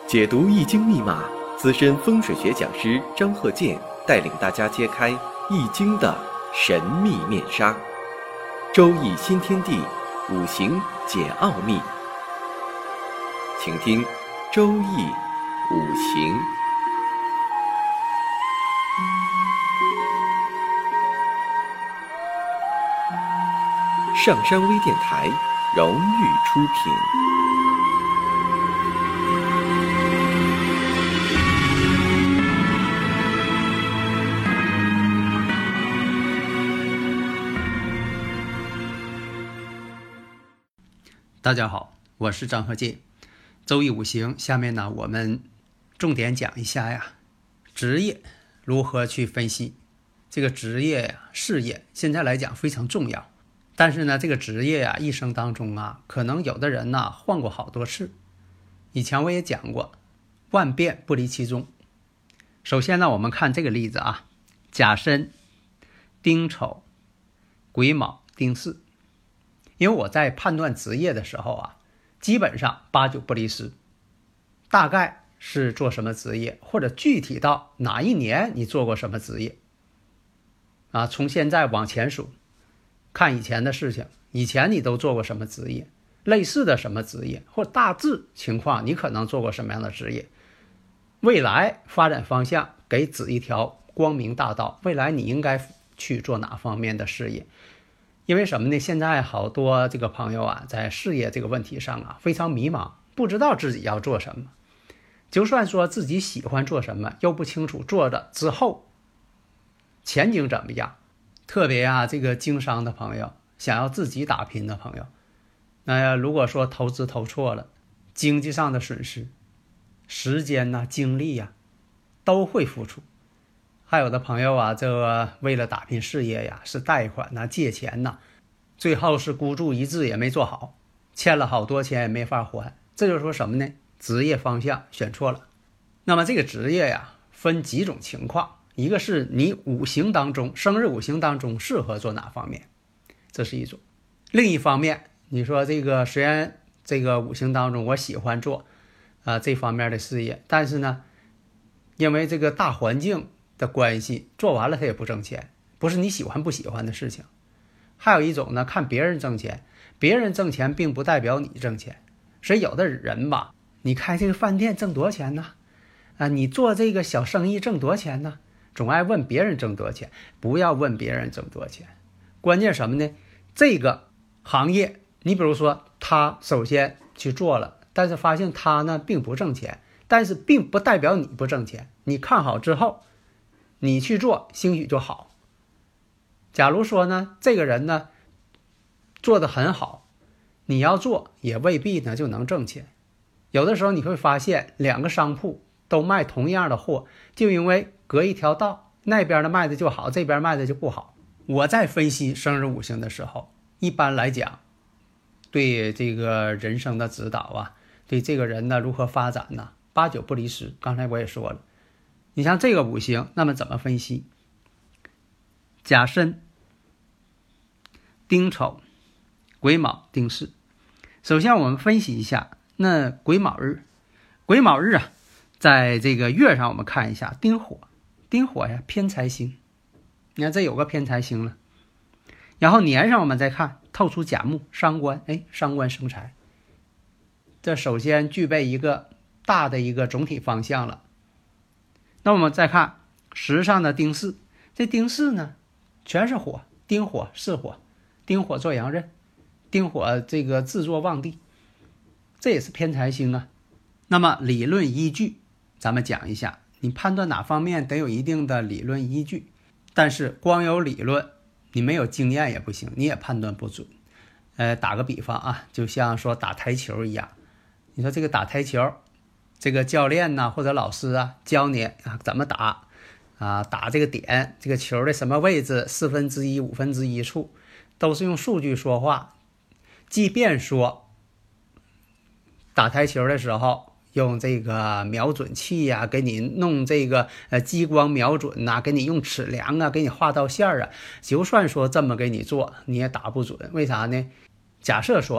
解读易经密码，资深风水学讲师张鹤剑带领大家揭开易经的神秘面纱。周易新天地，五行解奥秘。请听周易五行。上山微电台荣誉出品。 大家好，我是张鹤剑。周易五行，下面呢我们重点讲一下呀，职业如何去分析。这个职业呀，事业现在来讲非常重要，但是呢这个职业呀，一生当中啊，可能有的人呢换过好多次。以前我也讲过，万变不离其宗。首先呢我们看这个例子啊，甲申、丁丑、癸卯、丁巳。因为我在判断职业的时候啊，基本上8、9不离10，大概是做什么职业，或者具体到哪一年你做过什么职业啊？从现在往前数，看以前的事情，以前你都做过什么职业，类似的什么职业，或大致情况你可能做过什么样的职业，未来发展方向给指一条光明大道，未来你应该去做哪方面的事业。因为什么呢？现在好多这个朋友啊，在事业这个问题上啊，非常迷茫，不知道自己要做什么。就算说自己喜欢做什么，又不清楚做了之后前景怎么样。特别啊，这个经商的朋友，想要自己打拼的朋友，那如果说投资投错了，经济上的损失，时间呐、精力呀，都会付出。还有的朋友啊，这个为了打拼事业呀，是贷款呐、借钱呐，最后是孤注一掷也没做好，欠了好多钱也没法还。这就是说什么呢？职业方向选错了。那么这个职业呀，分几种情况，一个是你五行当中，生日五行当中适合做哪方面，这是一种。另一方面，你说这个虽然这个五行当中我喜欢做这方面的事业，但是呢，因为这个大环境的关系，做完了它也不挣钱，不是你喜欢不喜欢的事情。还有一种呢，看别人挣钱，别人挣钱并不代表你挣钱。所以有的人吧，你开这个饭店挣多少钱呢？你做这个小生意挣多少钱呢？总爱问别人挣多少钱，不要问别人挣多少钱。关键什么呢？这个行业，你比如说他首先去做了，但是发现他呢并不挣钱，但是并不代表你不挣钱。你看好之后，你去做，兴许就好。假如说呢，这个人呢做得很好，你要做也未必呢就能挣钱。有的时候你会发现，两个商铺都卖同样的货，就因为隔一条道，那边的卖的就好，这边卖的就不好。我在分析生日五行的时候，一般来讲，对这个人生的指导啊，对这个人呢如何发展呢，8、9不离10。刚才我也说了。你像这个五行，那么怎么分析？甲申、丁丑、癸卯、丁巳。首先我们分析一下，那癸卯日，癸卯日啊，在这个月上我们看一下，丁火，丁火呀偏财星，你看这有个偏财星了。然后年上我们再看，透出甲木，伤官，伤官生财。这首先具备一个大的一个总体方向了。那我们再看时上的丁巳，这丁巳呢全是火，丁火巳火，丁火做阳刃，丁火这个自作旺地，这也是偏财星啊。那么理论依据咱们讲一下，你判断哪方面得有一定的理论依据，但是光有理论你没有经验也不行，你也判断不准。打个比方啊，就像说打台球一样，你说这个打台球，这个教练呐或者老师啊教你怎么打打这个点，这个球的什么位置，1/4、1/5处，都是用数据说话。即便说打台球的时候用这个瞄准器啊，给你弄这个激光瞄准啊，给你用尺量啊，给你画道线啊，就算说这么给你做，你也打不准。为啥呢？假设说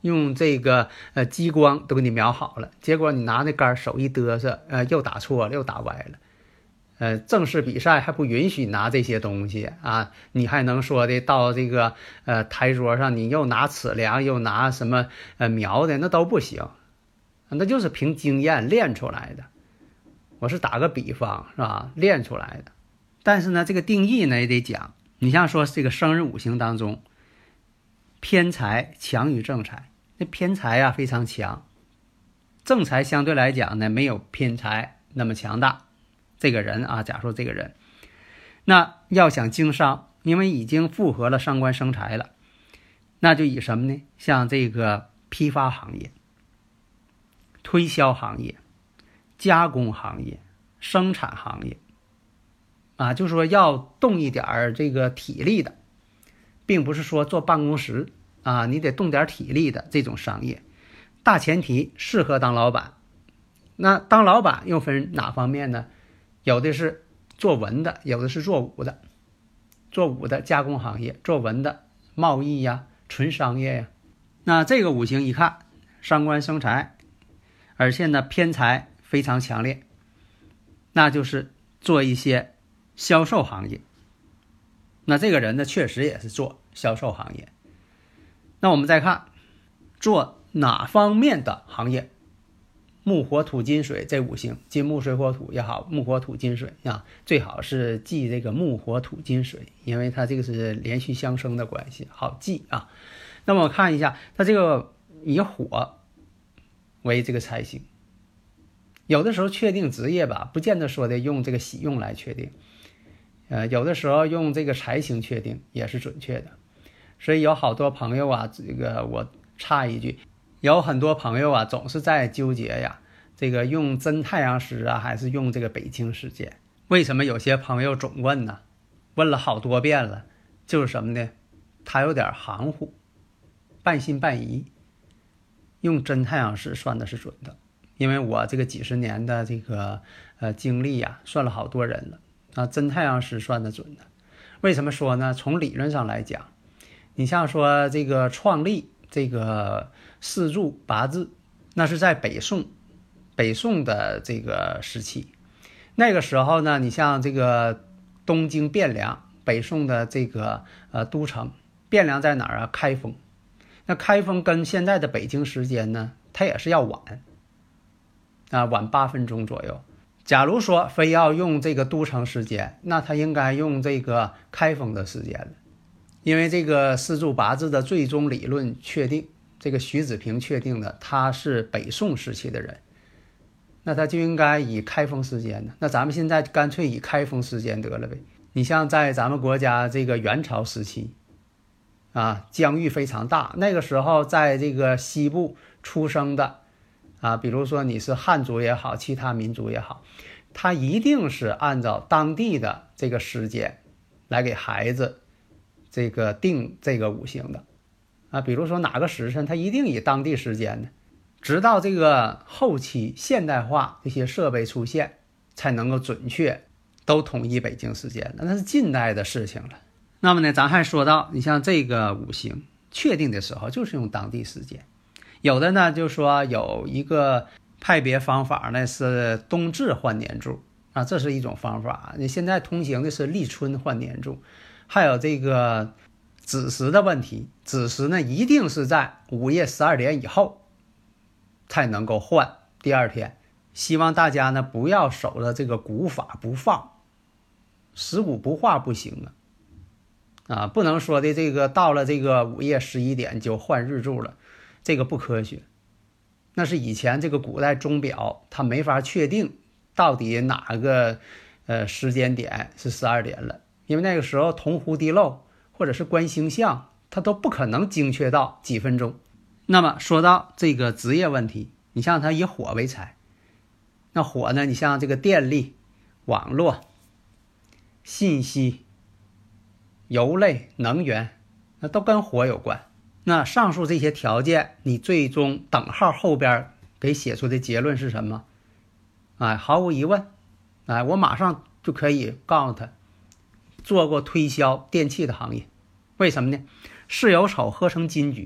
用这个激光都给你描好了，结果你拿那杆手一嘚瑟，又打错了，又打歪了。正式比赛还不允许拿这些东西啊，你还能说的到这个台桌上，你又拿尺量，又拿什么描的，那都不行，那就是凭经验练出来的。我是打个比方，是吧？练出来的。但是呢，这个定义呢也得讲。你像说这个生日五行当中，偏财强于正财，那偏财啊非常强，正财相对来讲呢没有偏财那么强大。这个人啊，假如说这个人，那要想经商，因为已经复合了伤官生财了，那就以什么呢？像这个批发行业、推销行业、加工行业、生产行业啊，就是说要动一点这个体力的，并不是说坐办公室啊，你得动点体力的这种商业，大前提适合当老板。那当老板又分哪方面呢？有的是做文的，有的是做武的。做武的加工行业，做文的贸易呀、纯商业呀。那这个五行一看，伤官生财，而且呢偏财非常强烈，那就是做一些销售行业。那这个人呢确实也是做销售行业。那我们再看做哪方面的行业？木火土金水这五行，金木水火土也好，木火土金水啊，最好是记这个木火土金水，因为它这个是连续相生的关系，好记啊。那么我看一下，它这个以火为这个财星，有的时候确定职业吧，不见得说的用这个喜用来确定，有的时候用这个财星确定也是准确的。所以有好多朋友啊，这个我插一句。有很多朋友啊，总是在纠结呀，这个用真太阳时啊，还是用这个北京时间？为什么有些朋友总问呢？问了好多遍了，就是什么呢？他有点含糊，半信半疑。用真太阳时算的是准的，因为我这个几十年的这个经历呀，算了好多人了啊，真太阳时算的准的。为什么说呢？从理论上来讲，你像说这个创立这个四柱八字，那是在北宋的这个时期。那个时候呢，你像这个东京汴梁，北宋的这个都城，汴梁在哪儿啊？开封。那开封跟现在的北京时间呢，它也是要晚啊，晚8分钟左右。假如说非要用这个都城时间，那它应该用这个开封的时间了。因为这个四柱八字的最终理论确定，这个徐子平确定的，他是北宋时期的人，那他就应该以开封时间呢。那咱们现在干脆以开封时间得了呗。你像在咱们国家这个元朝时期啊，疆域非常大，那个时候在这个西部出生的啊，比如说你是汉族也好，其他民族也好，他一定是按照当地的这个时间来给孩子这个定这个五行的啊，比如说哪个时辰，他一定以当地时间的，直到这个后期现代化这些设备出现，才能够准确都统一北京时间了，那是近代的事情了。那么呢，咱还说到，你像这个五行确定的时候，就是用当地时间。有的呢，就说有一个派别方法呢是冬至换年柱啊，这是一种方法。你现在通行的是立春换年柱。还有这个子时的问题，子时呢一定是在午夜12点以后才能够换第二天。希望大家呢不要守着这个古法不放，食古不化不行啊，不能说的这个到了这个午夜11点就换日柱了，这个不科学。那是以前这个古代钟表它没法确定到底哪个时间点是12点了。因为那个时候铜壶滴漏或者是观星象，它都不可能精确到几分钟。那么说到这个职业问题，你像它以火为财，那火呢，你像这个电力、网络、信息、油类、能源，那都跟火有关。那上述这些条件，你最终等号后边给写出的结论是什么？毫无疑问，我马上就可以告诉他，做过推销电器的行业。为什么呢？巳酉丑合成金局，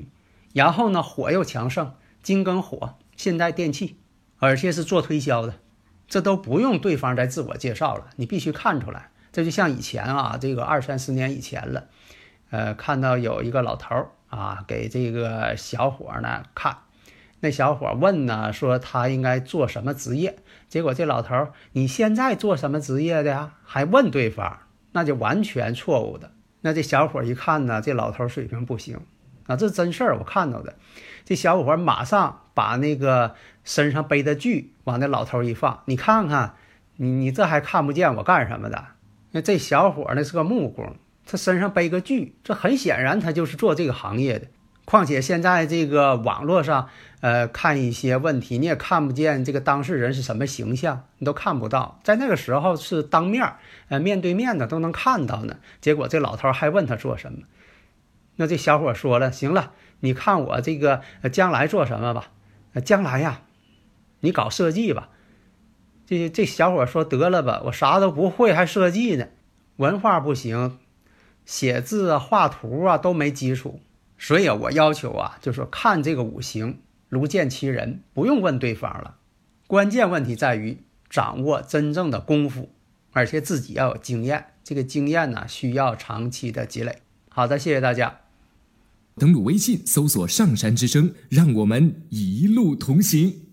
然后呢，火又强盛，金跟火，现代电器，而且是做推销的，这都不用对方再自我介绍了，你必须看出来。这就像以前啊，这个20、30年以前了，看到有一个老头啊，给这个小伙呢看，那小伙问呢，说他应该做什么职业，结果这老头，你现在做什么职业的呀？还问对方，那就完全错误的。那这小伙一看呢，这老头水平不行啊，这是真事儿，我看到的。这小伙马上把那个身上背的锯往那老头一放，你看看，你这还看不见我干什么的？那这小伙呢是个木工，他身上背个锯，这很显然他就是做这个行业的。况且现在这个网络上看一些问题，你也看不见这个当事人是什么形象，你都看不到。在那个时候是当面面对面的都能看到呢。结果这老头还问他做什么，那这小伙说了，行了，你看我这个将来做什么吧，将来呀你搞设计吧。这小伙说，得了吧，我啥都不会还设计呢，文化不行，写字啊画图啊都没基础。所以我要求啊，就是说看这个五行如见其人，不用问对方了。关键问题在于掌握真正的功夫，而且自己要有经验，这个经验呢需要长期的积累。好的，谢谢大家。 登录微信搜索上山之声，让我们一路同行。